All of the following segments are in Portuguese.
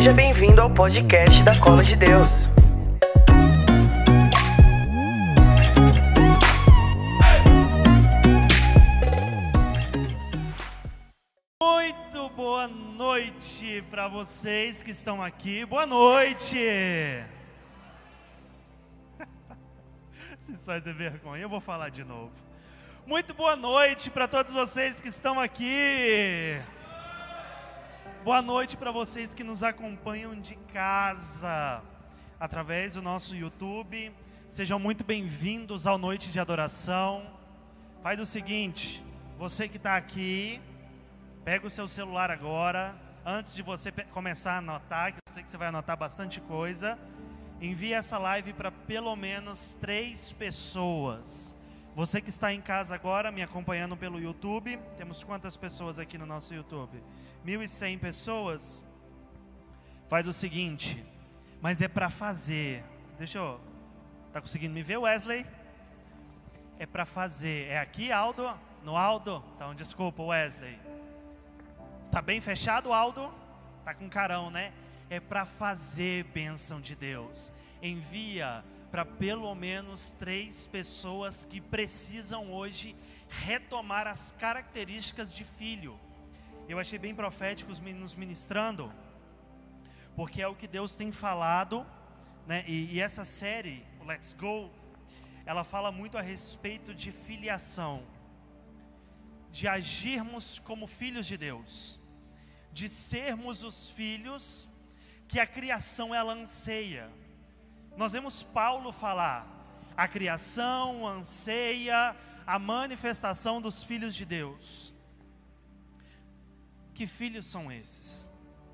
Seja bem-vindo ao podcast da Cola de Deus. Muito boa noite para vocês que estão aqui. Boa noite! Se só é vergonha, eu vou falar de novo. Muito boa noite para todos vocês que estão aqui. Boa noite para vocês que nos acompanham de casa, através do nosso YouTube. Sejam muito bem-vindos ao Noite de Adoração. Faz o seguinte, você que está aqui, pega o seu celular agora, antes de você começar a anotar, que eu sei que você vai anotar bastante coisa. Envie essa live para pelo menos 3 pessoas. Você que está em casa agora, me acompanhando pelo YouTube, temos quantas pessoas aqui no nosso YouTube? 1.100 pessoas. Faz o seguinte, mas é para fazer. Tá conseguindo me ver, Wesley? É para fazer. É aqui, Aldo? No Aldo? Então, desculpa, Wesley. Tá bem fechado, Aldo? Tá com carão, né? É para fazer bênção de Deus. Envia para pelo menos 3 pessoas que precisam hoje retomar as características de filho. Eu achei bem profético os meninos ministrando, porque é o que Deus tem falado, né? E essa série, o Let's Go, ela fala muito a respeito de filiação, de agirmos como filhos de Deus, de sermos os filhos que a criação ela anseia. Nós vemos Paulo falar, a criação anseia a manifestação dos filhos de Deus. Que filhos são esses?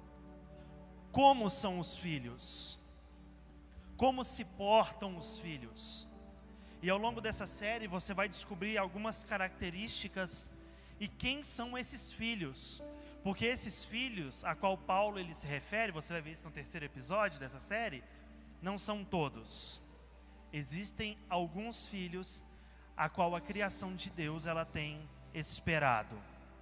Como são os filhos? Como se portam os filhos? E ao longo dessa série você vai descobrir algumas características e quem são esses filhos. Porque esses filhos a qual Paulo ele se refere, você vai ver isso no 3º episódio dessa série, não são todos. Existem alguns filhos a qual a criação de Deus ela tem esperado.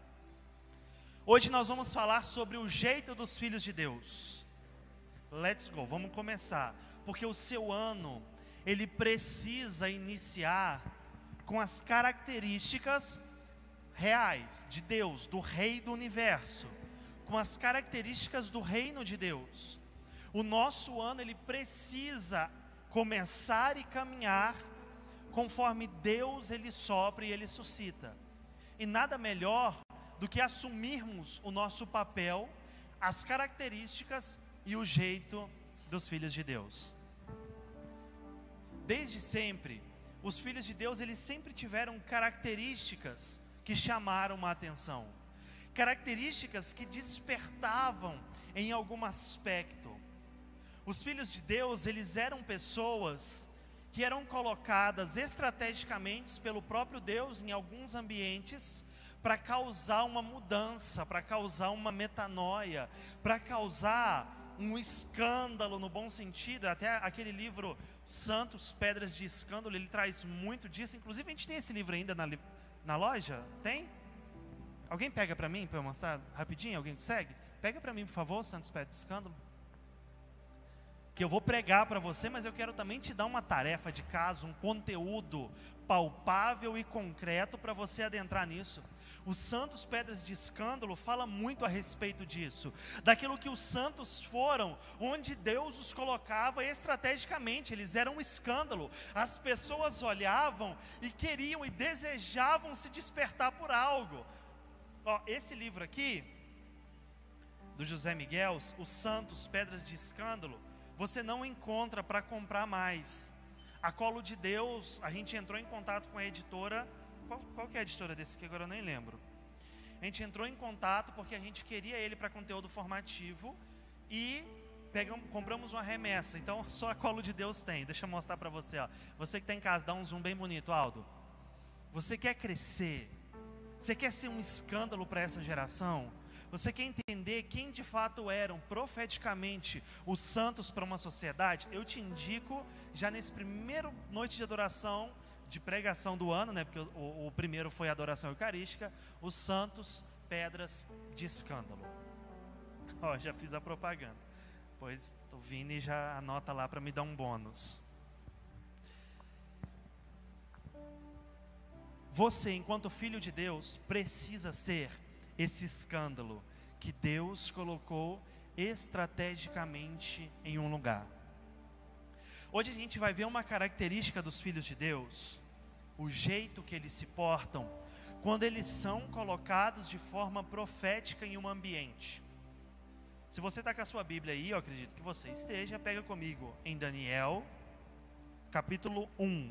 Hoje nós vamos falar sobre o jeito dos filhos de Deus. Let's go, vamos começar. Porque o seu ano, ele precisa iniciar com as características reais de Deus, do Rei do Universo, com as características do reino de Deus. O nosso ano ele precisa começar e caminhar conforme Deus ele sopra e ele suscita. E nada melhor do que assumirmos o nosso papel, as características e o jeito dos filhos de Deus. Desde sempre, os filhos de Deus eles sempre tiveram características que chamaram a atenção, características que despertavam em algum aspecto. Os filhos de Deus, eles eram pessoas que eram colocadas estrategicamente pelo próprio Deus em alguns ambientes para causar uma mudança, para causar uma metanoia, para causar um escândalo no bom sentido. Até aquele livro Santos, Pedras de Escândalo, ele traz muito disso. Inclusive a gente tem esse livro ainda na loja? Tem? Alguém pega para mim, para eu mostrar rapidinho? Alguém consegue? Pega para mim, por favor, Santos, Pedras de Escândalo. Que eu vou pregar para você, mas eu quero também te dar uma tarefa de casa, um conteúdo palpável e concreto para você adentrar nisso. Os santos Pedras de Escândalo fala muito a respeito disso, daquilo que os santos foram, onde Deus os colocava estrategicamente. Eles eram um escândalo, as pessoas olhavam e queriam e desejavam se despertar por algo. Esse livro aqui, do José Miguel, Os Santos Pedras de Escândalo, você não encontra para comprar mais. A Colo de Deus, a gente entrou em contato com a editora. Qual que é a editora desse aqui? Agora eu nem lembro. A gente entrou em contato porque a gente queria ele para conteúdo formativo e compramos uma remessa. Então só a Colo de Deus tem. Deixa eu mostrar para você. Você que está em casa, dá um zoom bem bonito, Aldo. Você quer crescer? Você quer ser um escândalo para essa geração? Você quer entender quem de fato eram profeticamente os santos para uma sociedade? Eu te indico, já nesse primeiro noite de adoração, de pregação do ano, né? Porque o primeiro foi a adoração eucarística, os santos Pedras de Escândalo. Já fiz a propaganda. Depois o Vini já anota lá para me dar um bônus. Você, enquanto filho de Deus, precisa ser esse escândalo que Deus colocou estrategicamente em um lugar. Hoje a gente vai ver uma característica dos filhos de Deus, o jeito que eles se portam, quando eles são colocados de forma profética em um ambiente. Se você está com a sua Bíblia aí, eu acredito que você esteja, pega comigo em Daniel, capítulo 1.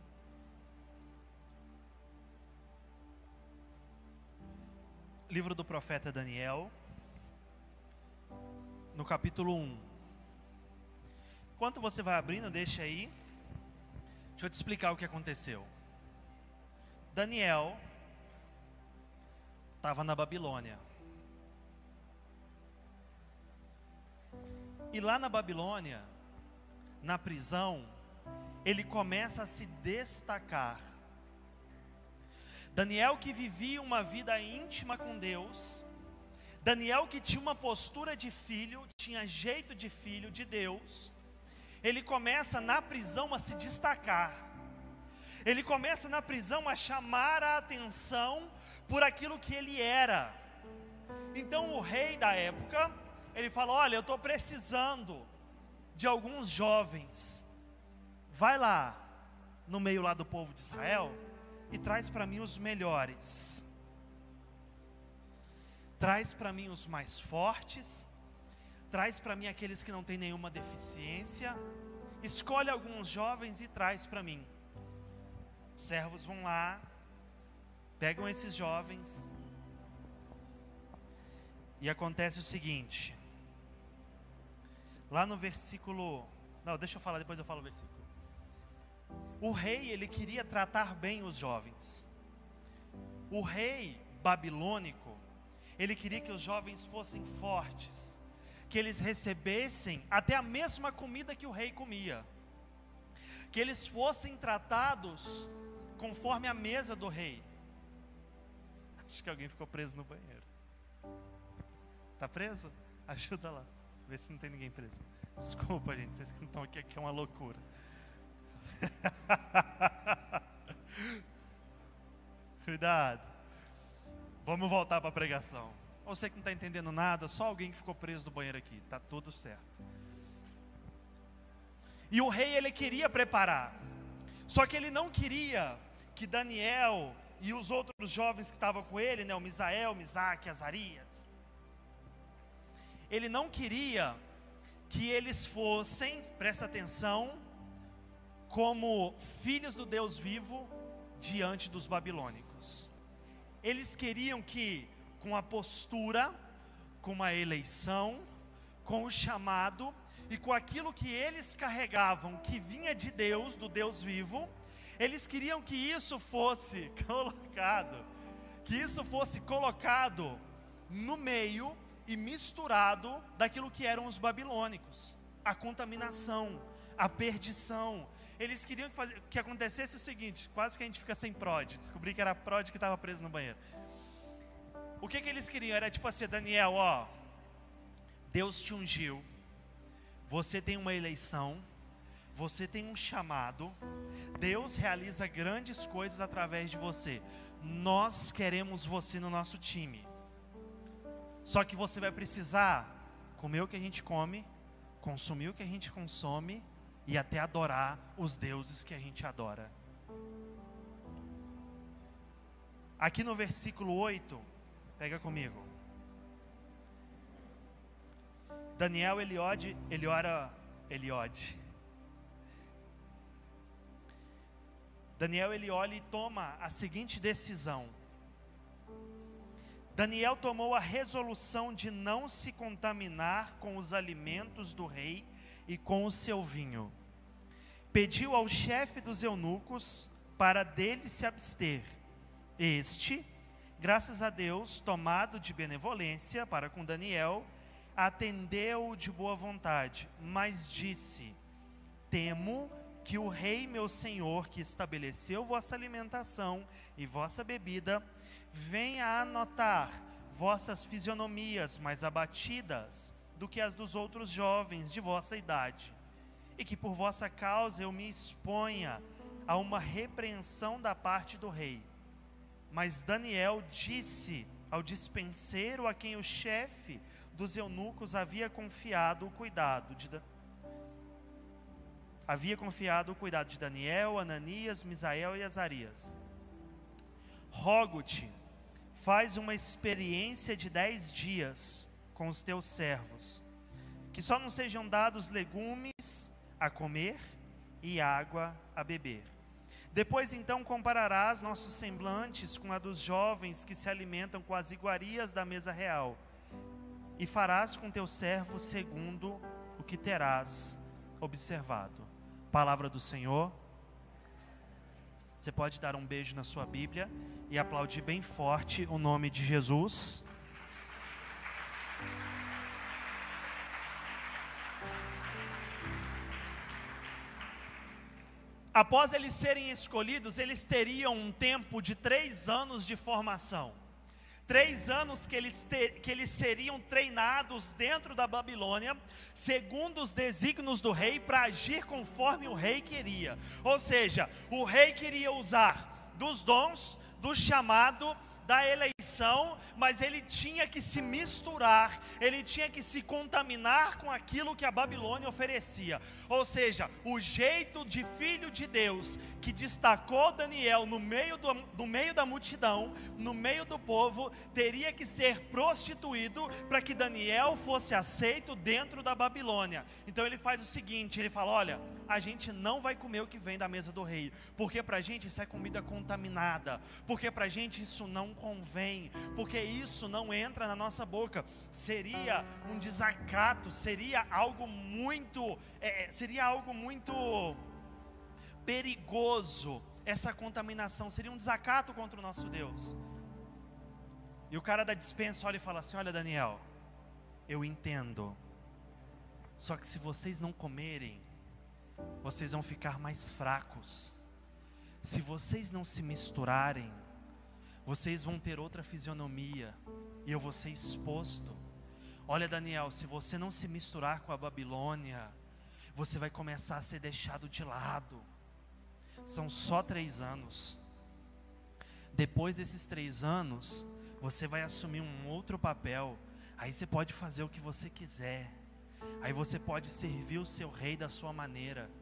Livro do profeta Daniel, no capítulo 1. Enquanto você vai abrindo, deixa aí. Deixa eu te explicar o que aconteceu. Daniel estava na Babilônia. E lá na Babilônia, na prisão, ele começa a se destacar. Daniel, que vivia uma vida íntima com Deus, Daniel, que tinha uma postura de filho, tinha jeito de filho de Deus, ele começa na prisão a se destacar. Ele começa na prisão a chamar a atenção por aquilo que ele era. Então o rei da época, ele fala: olha, eu estou precisando de alguns jovens. Vai lá, no meio lá do povo de Israel, e traz para mim os melhores. Traz para mim os mais fortes. Traz para mim aqueles que não têm nenhuma deficiência. Escolhe alguns jovens e traz para mim. Os servos vão lá, pegam esses jovens. E acontece o seguinte. Lá no versículo... Não, deixa eu falar, depois eu falo o versículo. O rei, ele queria tratar bem os jovens. O rei babilônico, ele queria que os jovens fossem fortes, que eles recebessem até a mesma comida que o rei comia, que eles fossem tratados conforme a mesa do rei. Acho que alguém ficou preso no banheiro. Está preso? Ajuda lá, vê se não tem ninguém preso. Desculpa, gente, vocês que não estão aqui é uma loucura. Cuidado. Vamos voltar para a pregação. Você que não está entendendo nada, só alguém que ficou preso no banheiro aqui, está tudo certo. E o rei, ele queria preparar, só que ele não queria que Daniel e os outros jovens que estavam com ele, né, o Misael, Misaque, Azarias, ele não queria que eles fossem, presta atenção, como filhos do Deus vivo diante dos babilônicos. Eles queriam que, com a postura, com a eleição, com o chamado e com aquilo que eles carregavam, que vinha de Deus, do Deus vivo, eles queriam que isso fosse colocado no meio e misturado daquilo que eram os babilônicos, a contaminação, a perdição. Eles queriam que acontecesse o seguinte, quase que a gente fica sem prod, descobri que era a prod que estava preso no banheiro. O que eles queriam? Era tipo assim: Daniel, ó, Deus te ungiu, você tem uma eleição, você tem um chamado, Deus realiza grandes coisas através de você, nós queremos você no nosso time, só que você vai precisar comer o que a gente come, consumir o que a gente consome, e até adorar os deuses que a gente adora. Aqui no versículo 8, pega comigo. Daniel, ele ora. Daniel, ele olha e toma a seguinte decisão. Daniel tomou a resolução de não se contaminar com os alimentos do rei e com o seu vinho. Pediu ao chefe dos eunucos para dele se abster. Este, graças a Deus, tomado de benevolência para com Daniel, atendeu-o de boa vontade, mas disse: temo que o rei meu senhor, que estabeleceu vossa alimentação e vossa bebida, venha a notar vossas fisionomias mais abatidas do que as dos outros jovens de vossa idade, e que por vossa causa eu me exponha a uma repreensão da parte do rei. Mas Daniel disse ao dispenseiro a quem o chefe dos eunucos havia confiado o cuidado de Daniel, Ananias, Misael e Azarias: rogo-te, faz uma experiência de 10 dias com os teus servos, que só não sejam dados legumes a comer e água a beber. Depois então compararás nossos semblantes com a dos jovens que se alimentam com as iguarias da mesa real, e farás com teu servo segundo o que terás observado. Palavra do Senhor. Você pode dar um beijo na sua Bíblia e aplaudir bem forte o nome de Jesus. Após eles serem escolhidos, eles teriam um tempo de 3 anos de formação. 3 anos que eles seriam treinados dentro da Babilônia, segundo os desígnios do rei, para agir conforme o rei queria. Ou seja, o rei queria usar dos dons, do chamado, da eleição, mas ele tinha que se misturar, ele tinha que se contaminar com aquilo que a Babilônia oferecia. Ou seja, o jeito de filho de Deus que destacou Daniel no meio da multidão, no meio do povo, teria que ser prostituído para que Daniel fosse aceito dentro da Babilônia. Então ele faz o seguinte, ele fala: olha, a gente não vai comer o que vem da mesa do rei, porque para a gente isso é comida contaminada, porque para a gente isso não convém, porque isso não entra na nossa boca. Seria um desacato, seria algo muito perigoso. Essa contaminação seria um desacato contra o nosso Deus. E o cara da despensa olha e fala assim: olha, Daniel, eu entendo, só que se vocês não comerem, vocês vão ficar mais fracos. Se vocês não se misturarem, vocês vão ter outra fisionomia, e eu vou ser exposto. Olha, Daniel, se você não se misturar com a Babilônia, você vai começar a ser deixado de lado. São só 3 anos. Depois desses 3 anos, você vai assumir um outro papel. Aí você pode fazer o que você quiser. Aí você pode servir o seu rei da sua maneira.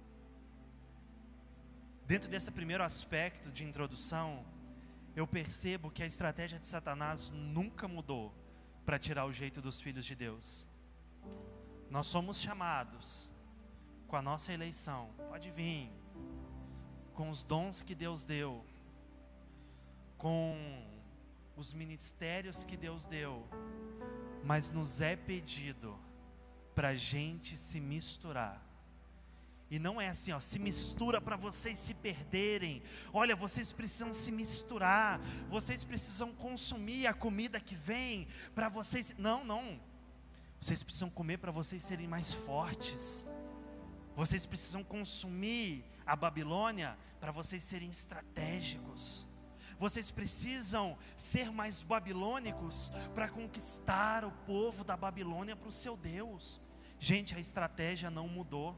Dentro desse primeiro aspecto de introdução, eu percebo que a estratégia de Satanás nunca mudou para tirar o jeito dos filhos de Deus. Nós somos chamados com a nossa eleição, pode vir, com os dons que Deus deu, com os ministérios que Deus deu, mas nos é pedido para a gente se misturar. E não é assim, ó, se mistura para vocês se perderem. Olha, vocês precisam se misturar, vocês precisam consumir a comida que vem para vocês. Não. Vocês precisam comer para vocês serem mais fortes. Vocês precisam consumir a Babilônia para vocês serem estratégicos. Vocês precisam ser mais babilônicos para conquistar o povo da Babilônia para o seu Deus. Gente, a estratégia não mudou.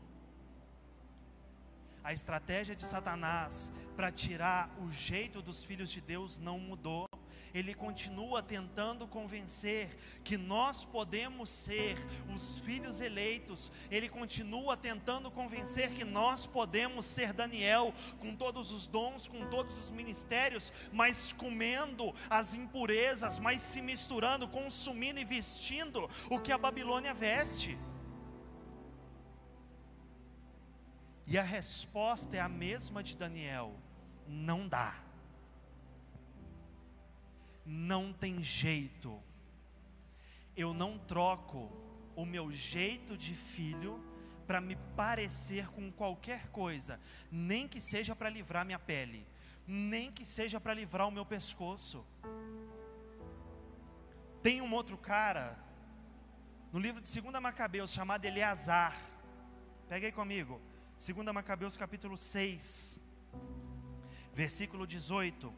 A estratégia de Satanás para tirar o jeito dos filhos de Deus não mudou. Ele continua tentando convencer que nós podemos ser os filhos eleitos. Ele continua tentando convencer que nós podemos ser Daniel, com todos os dons, com todos os ministérios, mas comendo as impurezas, mas se misturando, consumindo e vestindo o que a Babilônia veste. E a resposta é a mesma de Daniel: não dá. Não tem jeito. Eu não troco o meu jeito de filho para me parecer com qualquer coisa, nem que seja para livrar minha pele, nem que seja para livrar o meu pescoço. Tem um outro cara no livro de 2 Macabeus chamado Eleazar. Pega aí comigo, 2 Macabeus capítulo 6, versículo 18.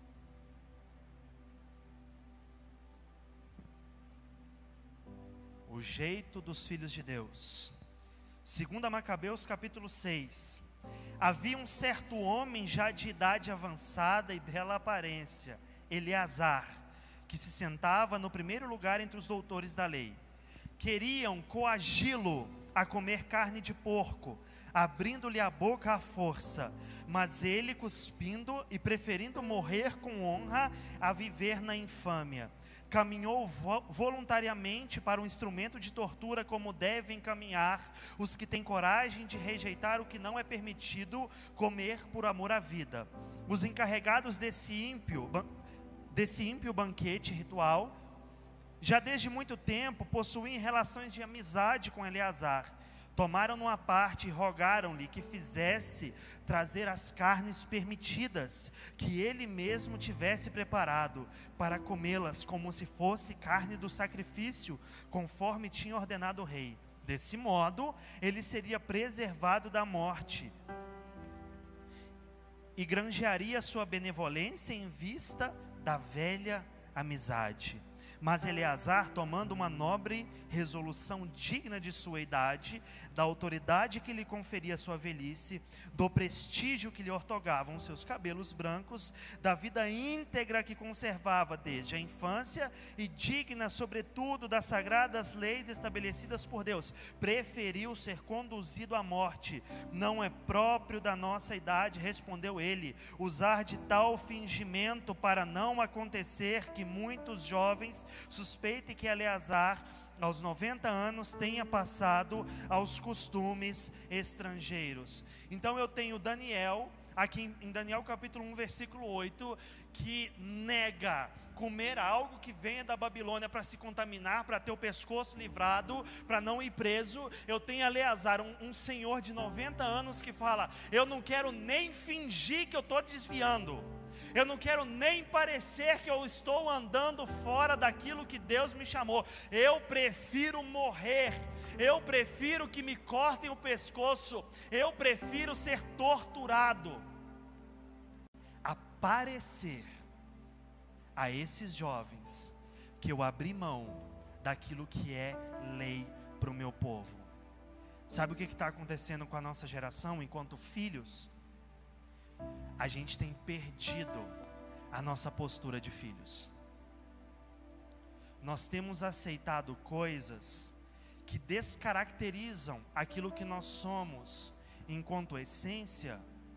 O O jeito dos filhos de Deus. 2 Macabeus capítulo 6. Havia um certo homem já de idade avançada e bela aparência, Eleazar, que se sentava no primeiro lugar entre os doutores da lei. Queriam coagi-lo a comer carne de porco, abrindo-lhe a boca à força, mas ele, cuspindo e preferindo morrer com honra a viver na infâmia, caminhou voluntariamente para um instrumento de tortura, como devem caminhar os que têm coragem de rejeitar o que não é permitido comer por amor à vida. Os encarregados desse ímpio banquete ritual, já desde muito tempo possuíam relações de amizade com Eleazar. Tomaram-no à parte e rogaram-lhe que fizesse trazer as carnes permitidas, que ele mesmo tivesse preparado, para comê-las como se fosse carne do sacrifício, conforme tinha ordenado o rei. Desse modo, ele seria preservado da morte e granjearia sua benevolência em vista da velha amizade. Mas Eleazar, tomando uma nobre resolução digna de sua idade, da autoridade que lhe conferia sua velhice, do prestígio que lhe ortogavam seus cabelos brancos, da vida íntegra que conservava desde a infância e digna, sobretudo, das sagradas leis estabelecidas por Deus, preferiu ser conduzido à morte. Não é próprio da nossa idade, respondeu ele, usar de tal fingimento, para não acontecer que muitos jovens suspeitem que Eleazar, aos 90 anos, tenha passado aos costumes estrangeiros. Então eu tenho Daniel, aqui em Daniel capítulo 1, versículo 8, que nega comer algo que venha da Babilônia para se contaminar, para ter o pescoço livrado, para não ir preso. Eu tenho Eleazar, um senhor de 90 anos, que fala: eu não quero nem fingir que eu estou desviando, eu não quero nem parecer que eu estou andando fora daquilo que Deus me chamou. Eu prefiro morrer, eu prefiro que me cortem o pescoço, eu prefiro ser torturado a parecer a esses jovens que eu abri mão daquilo que é lei para o meu povo. Sabe o que está acontecendo com a nossa geração enquanto filhos? A gente tem perdido a nossa postura de filhos. Nós temos aceitado coisas que descaracterizam aquilo que nós somos enquanto essência,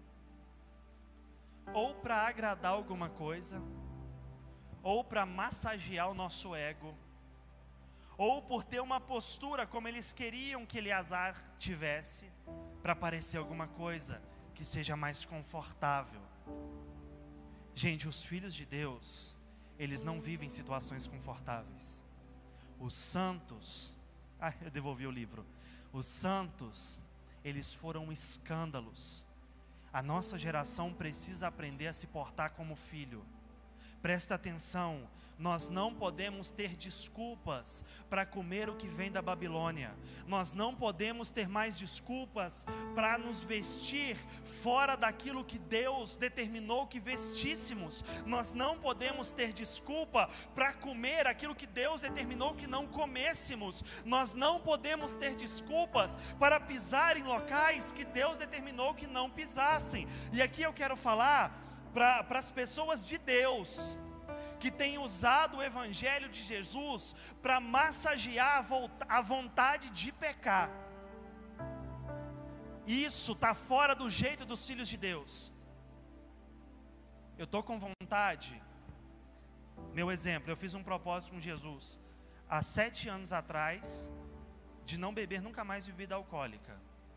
ou para agradar alguma coisa, ou para massagear o nosso ego, ou por ter uma postura como eles queriam que Eleazar tivesse, para parecer alguma coisa que seja mais confortável. Gente, os filhos de Deus, eles não vivem situações confortáveis. Os santos, eu devolvi o livro. Os santos, eles foram escândalos. A nossa geração precisa aprender a se portar como filho. Presta atenção, nós não podemos ter desculpas para comer o que vem da Babilônia. Nós não podemos ter mais desculpas para nos vestir fora daquilo que Deus determinou que vestíssemos. Nós não podemos ter desculpa para comer aquilo que Deus determinou que não comêssemos. Nós não podemos ter desculpas para pisar em locais que Deus determinou que não pisassem. E aqui eu quero falar para as pessoas de Deus que têm usado o Evangelho de Jesus para massagear a vontade de pecar. Isso está fora do jeito dos filhos de Deus. Eu estou com vontade. Meu exemplo, eu fiz um propósito com Jesus há 7 anos atrás, de não beber nunca mais bebida alcoólica.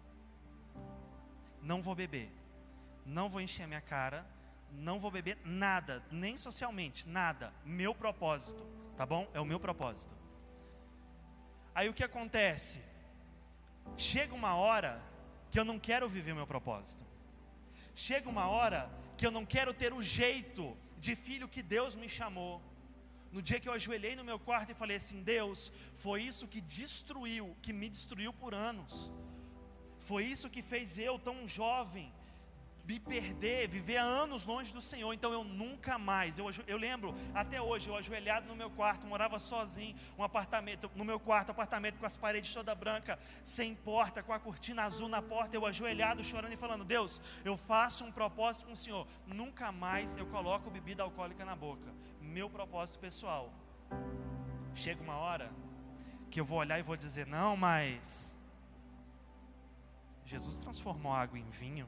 Não vou beber, não vou encher a minha cara, não vou beber nada, nem socialmente, nada. Meu propósito, tá bom? É o meu propósito. Aí o que acontece? Chega uma hora que eu não quero viver o meu propósito. Chega uma hora que eu não quero ter o jeito de filho que Deus me chamou. No dia que eu ajoelhei no meu quarto e falei assim: Deus, foi isso que me destruiu por anos. Foi isso que fez eu, tão jovem, me perder, viver anos longe do Senhor. Então eu nunca mais, eu lembro até hoje, eu ajoelhado no meu quarto, morava sozinho, um apartamento, no meu quarto, apartamento com as paredes toda branca, sem porta, com a cortina azul na porta, eu ajoelhado, chorando e falando: Deus, eu faço um propósito com o Senhor, nunca mais eu coloco bebida alcoólica na boca. Meu propósito pessoal. Chega uma hora que eu vou olhar e vou dizer: não, mas Jesus transformou água em vinho.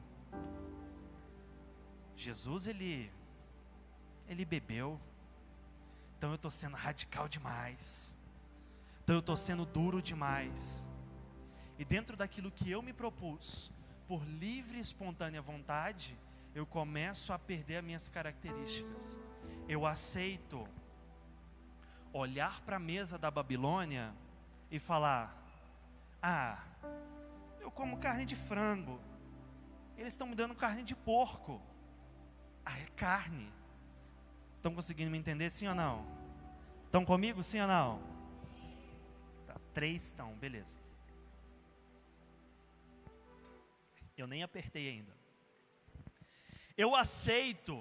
Jesus, ele bebeu. Então eu estou sendo radical demais. Então eu estou sendo duro demais. E dentro daquilo que eu me propus, por livre e espontânea vontade, eu começo a perder as minhas características. Eu aceito olhar para a mesa da Babilônia e falar: ah, eu como carne de frango, eles estão me dando carne de porco. Ah, é carne. Estão conseguindo me entender, sim ou não? Estão comigo, sim ou não? Tá, 3 estão, beleza. Eu nem apertei ainda. Eu aceito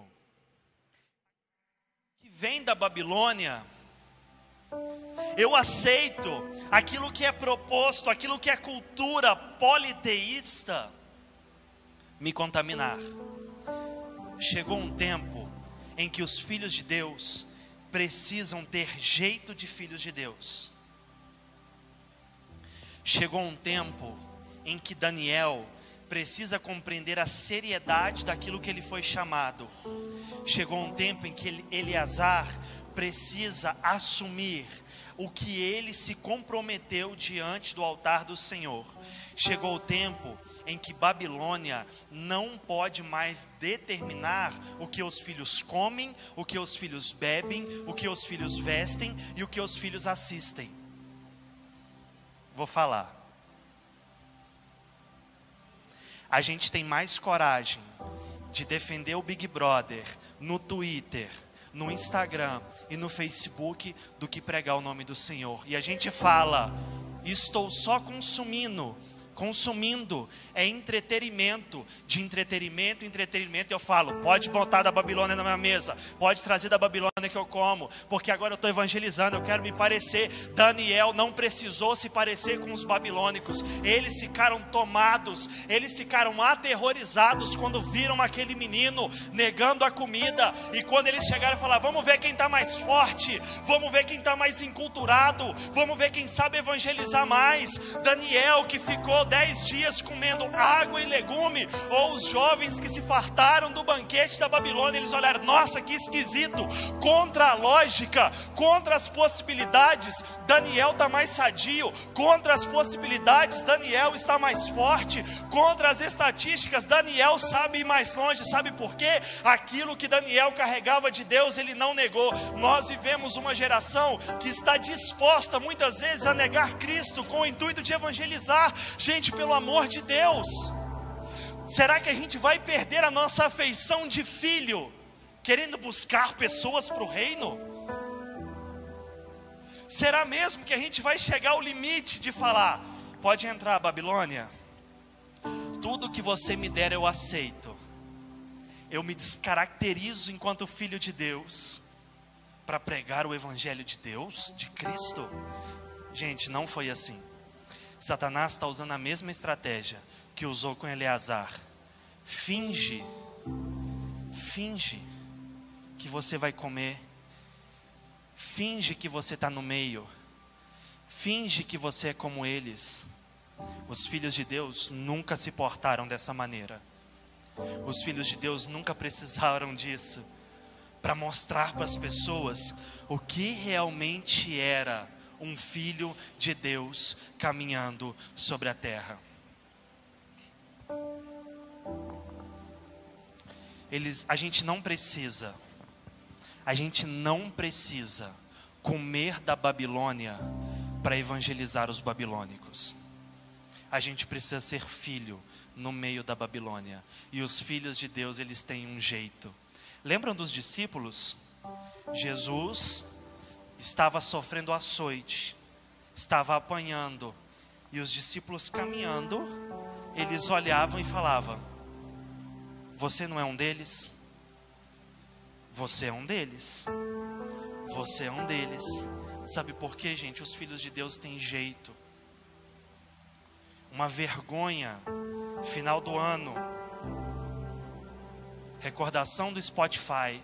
que vem da Babilônia. Eu aceito aquilo que é proposto, aquilo que é cultura politeísta, me contaminar. Chegou um tempo em que os filhos de Deus precisam ter jeito de filhos de Deus. Chegou um tempo em que Daniel precisa compreender a seriedade daquilo que ele foi chamado. Chegou um tempo em que Eleazar precisa assumir o que ele se comprometeu diante do altar do Senhor. Chegou o tempo em que Babilônia não pode mais determinar o que os filhos comem, o que os filhos bebem, o que os filhos vestem e o que os filhos assistem. Vou falar. A gente tem mais coragem de defender o Big Brother no Twitter, no Instagram e no Facebook do que pregar o nome do Senhor. E a gente fala: estou só consumindo é entretenimento, de entretenimento em entretenimento. Eu falo: pode botar da Babilônia na minha mesa, pode trazer da Babilônia que eu como, porque agora eu estou evangelizando, eu quero me parecer. Daniel não precisou se parecer com os babilônicos. Eles ficaram tomados, eles ficaram aterrorizados quando viram aquele menino negando a comida. E quando eles chegaram e falaram: vamos ver quem está mais forte, vamos ver quem está mais enculturado, vamos ver quem sabe evangelizar mais. Daniel, que ficou 10 dias comendo água e legume, ou os jovens que se fartaram do banquete da Babilônia, eles olharam: nossa, que esquisito. Contra a lógica, contra as possibilidades, Daniel está mais sadio. Contra as possibilidades, Daniel está mais forte. Contra as estatísticas, Daniel sabe ir mais longe. Sabe por quê? Aquilo que Daniel carregava de Deus, ele não negou. Nós vivemos uma geração que está disposta muitas vezes a negar Cristo com o intuito de evangelizar. Gente, pelo amor de Deus, será que a gente vai perder a nossa afeição de filho, querendo buscar pessoas para o reino? Será mesmo que a gente vai chegar ao limite de falar: pode entrar, Babilônia, tudo que você me der eu aceito, eu me descaracterizo enquanto filho de Deus, para pregar o evangelho de Deus, de Cristo? Gente, não foi assim. Satanás está usando a mesma estratégia que usou com Eleazar. Finge que você vai comer, finge que você está no meio, finge que você é como eles. Os filhos de Deus nunca se portaram dessa maneira. Os filhos de Deus nunca precisaram disso para mostrar para as pessoas o que realmente era um filho de Deus caminhando sobre a terra. A gente não precisa comer da Babilônia para evangelizar os babilônicos. A gente precisa ser filho no meio da Babilônia. E os filhos de Deus, eles têm um jeito. Lembram dos discípulos? Jesus estava sofrendo açoite, estava apanhando, e os discípulos caminhando, eles olhavam e falavam: Você não é um deles? Você é um deles. Você é um deles. Sabe por quê, gente? Os filhos de Deus têm jeito. Uma vergonha. Final do ano. Recordação do Spotify.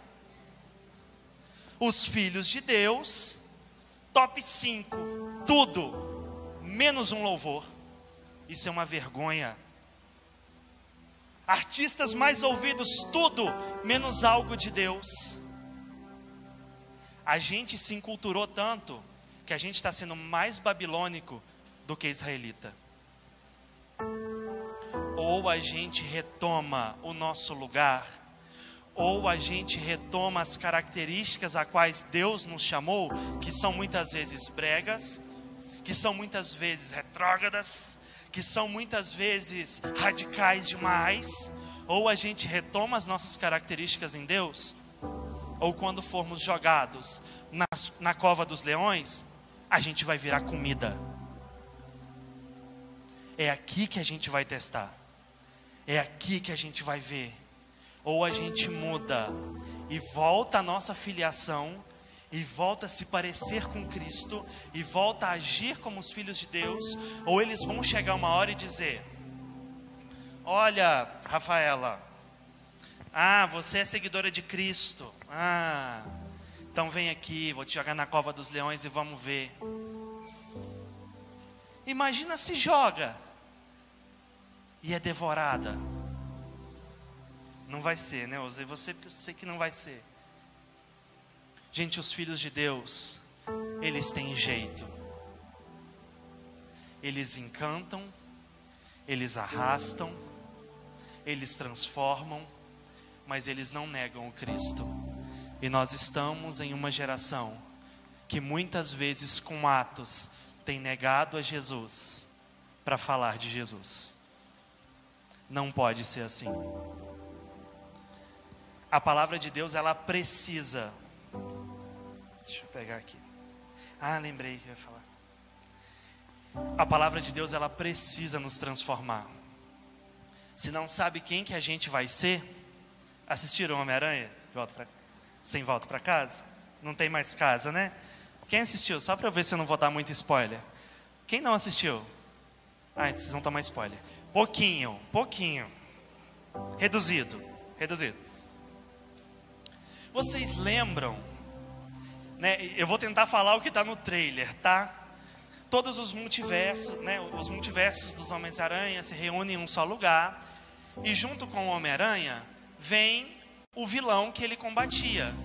Os filhos de Deus, top 5, tudo, menos um louvor. Isso é uma vergonha. Artistas mais ouvidos, tudo, menos algo de Deus. A gente se enculturou tanto, que a gente está sendo mais babilônico do que israelita. Ou a gente retoma o nosso lugar, ou a gente retoma as características a quais Deus nos chamou, que são muitas vezes bregas, que são muitas vezes retrógradas, que são muitas vezes radicais demais. Ou a gente retoma as nossas características em Deus, ou quando formos jogados na cova dos leões, a gente vai virar comida. É aqui que a gente vai testar. É aqui que a gente vai ver. Ou a gente muda e volta à nossa filiação, e volta a se parecer com Cristo, e volta a agir como os filhos de Deus. Ou eles vão chegar uma hora e dizer: olha, Rafaela, você é seguidora de Cristo, então vem aqui, vou te jogar na cova dos leões e vamos ver. Imagina se joga e é devorada. Não vai ser, né? Eu usei você porque eu sei que não vai ser. Gente, os filhos de Deus, eles têm jeito. Eles encantam, eles arrastam, eles transformam, mas eles não negam o Cristo. E nós estamos em uma geração que muitas vezes com atos tem negado a Jesus para falar de Jesus. Não pode ser assim. A palavra de Deus, ela precisa. Deixa eu pegar aqui. Lembrei que eu ia falar. A palavra de Deus, ela precisa nos transformar. Se não sabe quem que a gente vai ser, assistiram Homem-Aranha? Sem volta para casa? Não tem mais casa, né? Quem assistiu? Só para eu ver se eu não vou dar muito spoiler. Quem não assistiu? Então vocês vão tomar spoiler. Pouquinho. Reduzido. Vocês lembram, né? Eu vou tentar falar o que está no trailer, tá? Todos os multiversos, né? Os multiversos dos Homens-Aranha se reúnem em um só lugar. E junto com o Homem-Aranha, vem o vilão que ele combatia.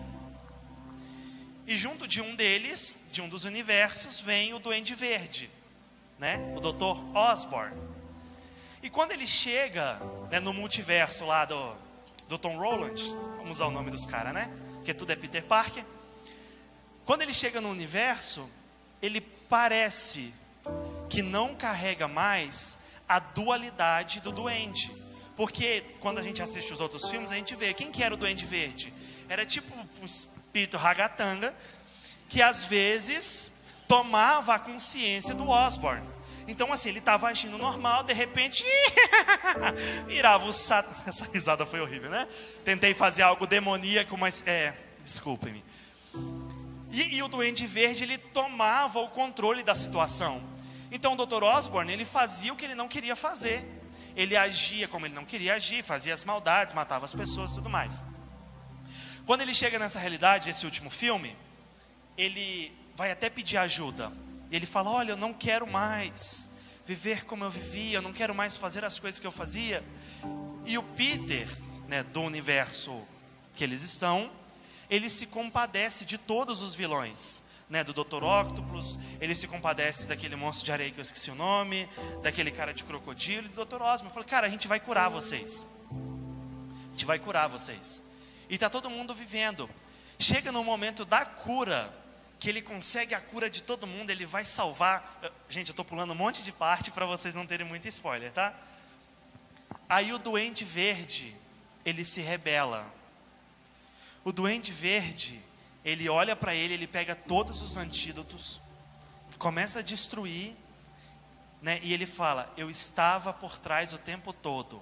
E junto de um deles, de um dos universos, vem o Duende Verde, né? O Dr. Osborn. E quando ele chega, né, no multiverso lá do Tom Holland, vamos usar o nome dos caras, né? Porque tudo é Peter Parker. Quando ele chega no universo, ele parece que não carrega mais a dualidade do Duende. Porque quando a gente assiste os outros filmes, a gente vê quem que era o Duende Verde. Era tipo um espírito ragatanga, que às vezes tomava a consciência do Osborn. Então assim, ele estava agindo normal, de repente virava o Essa risada foi horrível, né? Tentei fazer algo demoníaco, mas desculpem-me. E o Duende Verde, ele tomava o controle da situação. Então o Dr. Osborn, ele fazia o que ele não queria fazer. Ele agia como ele não queria agir, fazia as maldades, matava as pessoas e tudo mais. Quando ele chega nessa realidade, esse último filme, ele vai até pedir ajuda. E ele fala: olha, eu não quero mais viver como eu vivia, eu não quero mais fazer as coisas que eu fazia. E o Peter, né, do universo que eles estão, ele se compadece de todos os vilões, né, do Dr. Octopus, ele se compadece daquele monstro de areia que eu esqueci o nome, daquele cara de crocodilo, e do Dr. Osborn. Falou: cara, a gente vai curar vocês. A gente vai curar vocês. E está todo mundo vivendo. Chega no momento da cura, que ele consegue a cura de todo mundo, ele vai salvar. Gente, eu estou pulando um monte de parte para vocês não terem muito spoiler, tá? Aí o Duende Verde, ele se rebela. O Duende Verde, ele olha para ele, ele pega todos os antídotos, começa a destruir, né? E ele fala: eu estava por trás o tempo todo.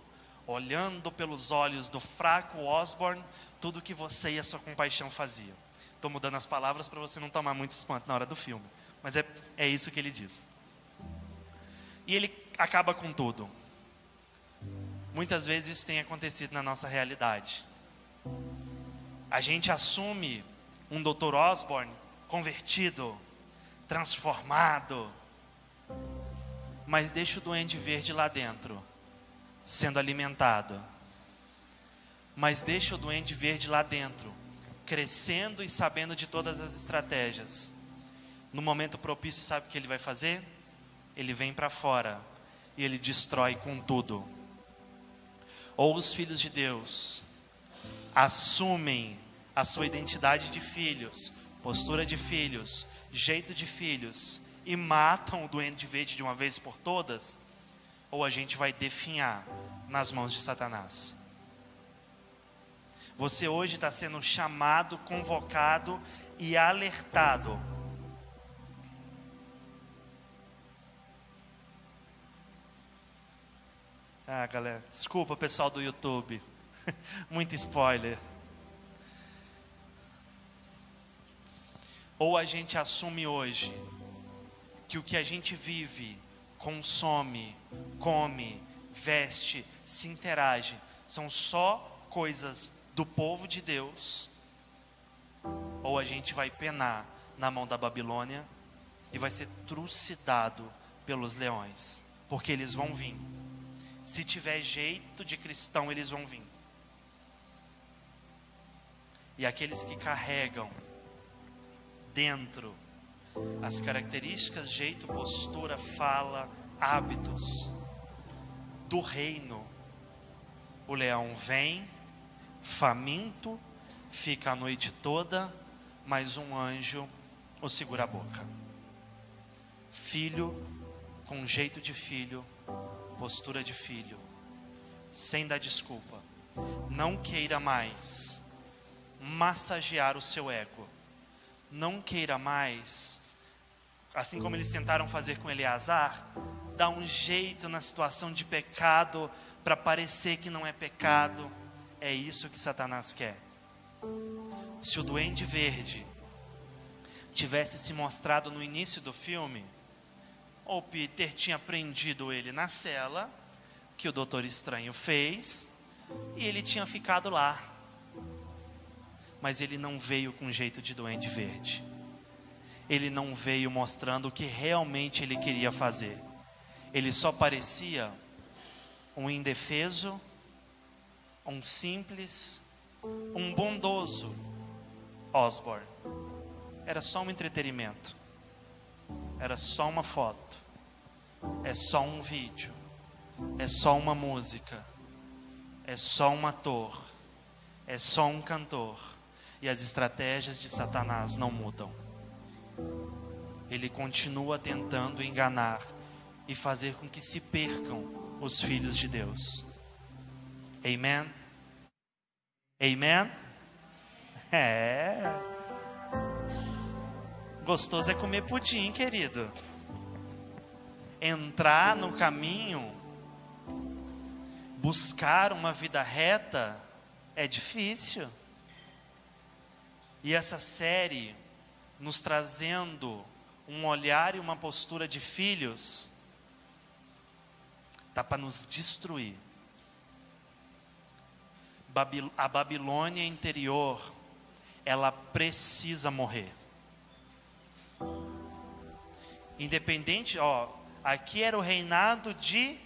olhando pelos olhos do fraco Osborn, tudo que você e a sua compaixão faziam. Estou mudando as palavras para você não tomar muito espanto na hora do filme, mas é isso que ele diz. E ele acaba com tudo. Muitas vezes isso tem acontecido na nossa realidade. A gente assume um Dr. Osborn convertido, transformado, mas deixa o Duende Verde lá dentro, sendo alimentado. Mas deixa o Duende Verde lá dentro, crescendo e sabendo de todas as estratégias. No momento propício, sabe o que ele vai fazer? Ele vem para fora e ele destrói com tudo. Ou os filhos de Deus assumem a sua identidade de filhos, postura de filhos, jeito de filhos, e matam o Duende Verde de uma vez por todas, ou a gente vai definhar nas mãos de Satanás. Você hoje está sendo chamado, convocado e alertado. Galera, desculpa pessoal do YouTube, muito spoiler. Ou a gente assume hoje que o que a gente vive, consome, come, veste, se interage, são só coisas do povo de Deus, ou a gente vai penar na mão da Babilônia e vai ser trucidado pelos leões, porque eles vão vir. Se tiver jeito de cristão, eles vão vir. E aqueles que carregam dentro as características, jeito, postura, fala, hábitos do reino, o leão vem faminto, fica a noite toda, mas um anjo o segura a boca. Filho com jeito de filho, postura de filho, sem dar desculpa. Não queira mais massagear o seu ego. Não queira mais, assim como eles tentaram fazer com Eleazar, dar um jeito na situação de pecado para parecer que não é pecado. É isso que Satanás quer. Se o Duende Verde tivesse se mostrado no início do filme, o Peter tinha prendido ele na cela, que o Doutor Estranho fez, e ele tinha ficado lá. Mas ele não veio com jeito de Duende Verde. Ele não veio mostrando o que realmente ele queria fazer. Ele só parecia um indefeso, um simples, um bondoso Osborn. Era só um entretenimento. Era só uma foto. É só um vídeo. É só uma música. É só um ator. É só um cantor. E as estratégias de Satanás não mudam. Ele continua tentando enganar e fazer com que se percam os filhos de Deus. Amen? Amen? Gostoso é comer pudim, querido. Entrar no caminho, buscar uma vida reta, é difícil. E essa série, nos trazendo um olhar e uma postura de filhos, está para nos destruir. A Babilônia interior, ela precisa morrer. Independente, aqui era o reinado de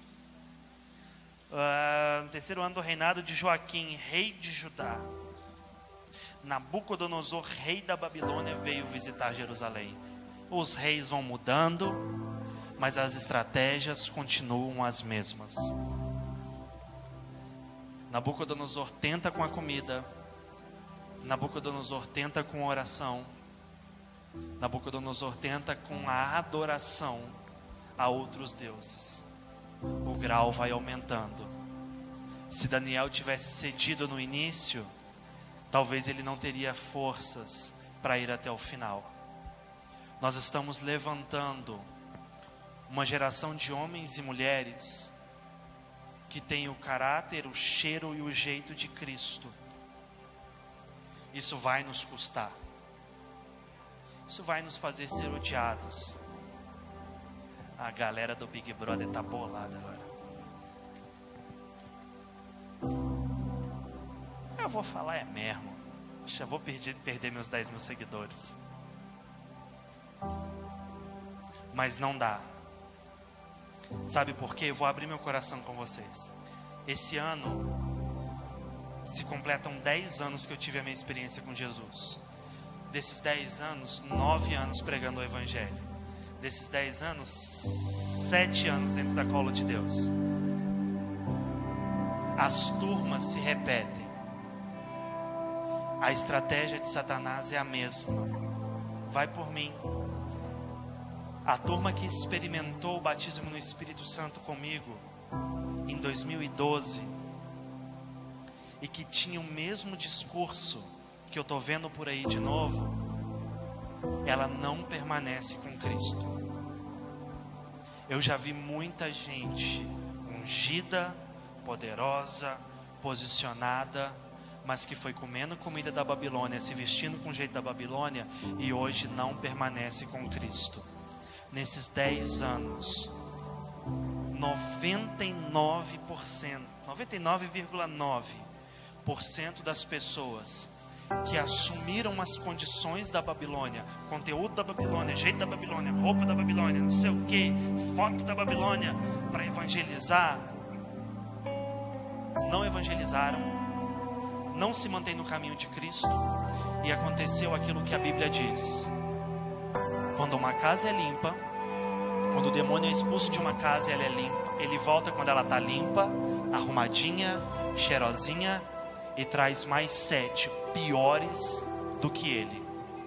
no terceiro ano do reinado de Joaquim, rei de Judá. Nabucodonosor, rei da Babilônia, veio visitar Jerusalém. Os reis vão mudando, mas as estratégias continuam as mesmas. Nabucodonosor tenta com a comida, Nabucodonosor tenta com a oração, Nabucodonosor tenta com a adoração a outros deuses. O grau vai aumentando. Se Daniel tivesse cedido no início, talvez ele não teria forças para ir até o final. Nós estamos levantando uma geração de homens e mulheres que tem o caráter, o cheiro e o jeito de Cristo. Isso vai nos custar. Isso vai nos fazer ser odiados. A galera do Big Brother tá bolada agora. Eu vou falar é mesmo. Já vou perder meus 10 mil seguidores. Mas não dá. Sabe por quê? Eu vou abrir meu coração com vocês. Esse ano se completam 10 anos que eu tive a minha experiência com Jesus. Desses 10 anos, 9 anos pregando o Evangelho. Desses 10 anos, 7 anos dentro da cola de Deus. As turmas se repetem. A estratégia de Satanás é a mesma. Vai por mim. A turma que experimentou o batismo no Espírito Santo comigo em 2012 e que tinha o mesmo discurso que eu estou vendo por aí de novo, ela não permanece com Cristo. Eu já vi muita gente ungida, poderosa, posicionada, mas que foi comendo comida da Babilônia, se vestindo com o jeito da Babilônia e hoje não permanece com Cristo. Nesses 10 anos, 99,9% das pessoas que assumiram as condições da Babilônia, conteúdo da Babilônia, jeito da Babilônia, roupa da Babilônia, não sei o que, foto da Babilônia, para evangelizar, não evangelizaram, não se mantém no caminho de Cristo, e aconteceu aquilo que a Bíblia diz: quando uma casa é limpa, quando o demônio é expulso de uma casa e ela é limpa, ele volta quando ela está limpa, arrumadinha, cheirosinha, e traz mais 7 piores do que ele.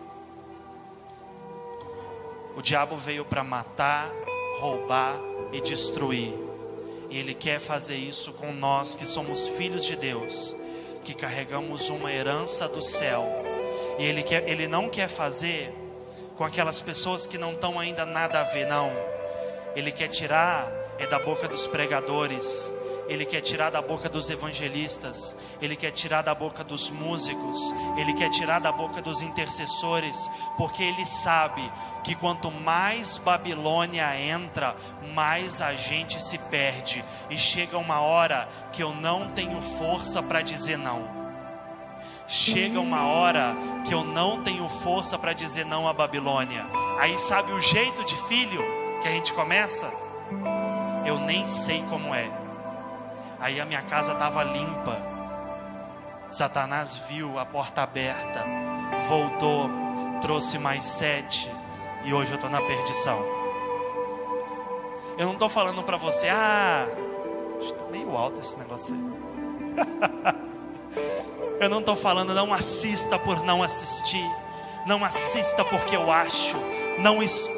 O diabo veio para matar, roubar e destruir, e ele quer fazer isso com nós que somos filhos de Deus, que carregamos uma herança do céu. E ele não quer fazer com aquelas pessoas que não estão ainda nada a ver, não. Ele quer tirar da boca dos pregadores, ele quer tirar da boca dos evangelistas, ele quer tirar da boca dos músicos, ele quer tirar da boca dos intercessores, porque ele sabe que quanto mais Babilônia entra, mais a gente se perde, e chega uma hora que eu não tenho força para dizer não. Chega uma hora que eu não tenho força para dizer não à Babilônia. Aí sabe o jeito de filho que a gente começa? Eu nem sei como é. Aí a minha casa estava limpa, Satanás viu a porta aberta, voltou, trouxe mais 7, e hoje eu estou na perdição. Eu não estou falando para você, está meio alto esse negócio aí. Eu não estou falando, não assista por não assistir, não assista porque eu acho, não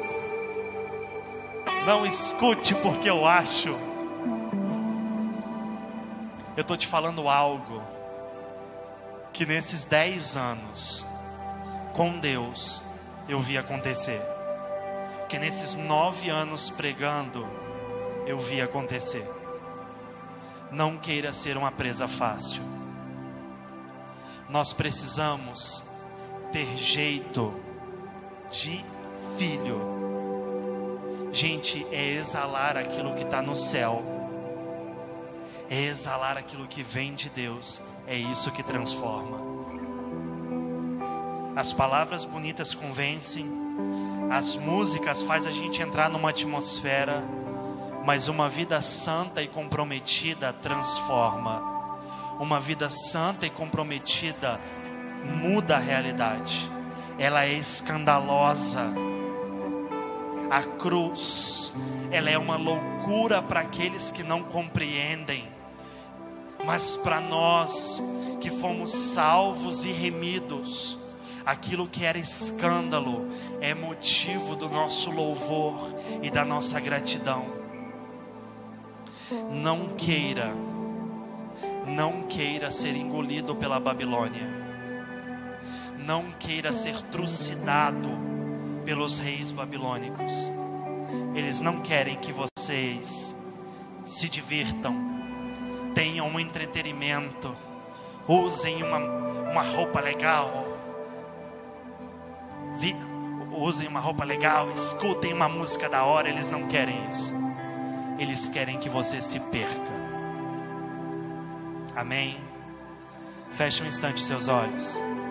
escute porque eu acho. Eu estou te falando algo que nesses 10 anos com Deus eu vi acontecer, que nesses 9 anos pregando eu vi acontecer. Não queira ser uma presa fácil. Nós precisamos ter jeito de filho. Gente, é exalar aquilo que está no céu, é exalar aquilo que vem de Deus. É isso que transforma. As palavras bonitas convencem, as músicas faz a gente entrar numa atmosfera, mas uma vida santa e comprometida transforma. Uma vida santa e comprometida muda a realidade. Ela é escandalosa. A cruz, ela é uma loucura para aqueles que não compreendem. Mas para nós que fomos salvos e remidos, aquilo que era escândalo é motivo do nosso louvor e da nossa gratidão. Não queira ser engolido pela Babilônia. Não queira ser trucidado pelos reis babilônicos. Eles não querem que vocês se divirtam. tenham um entretenimento, usem uma roupa legal, usem uma roupa legal, escutem uma música da hora. Eles não querem isso. Eles querem que você se perca. Amém? Feche um instante seus olhos.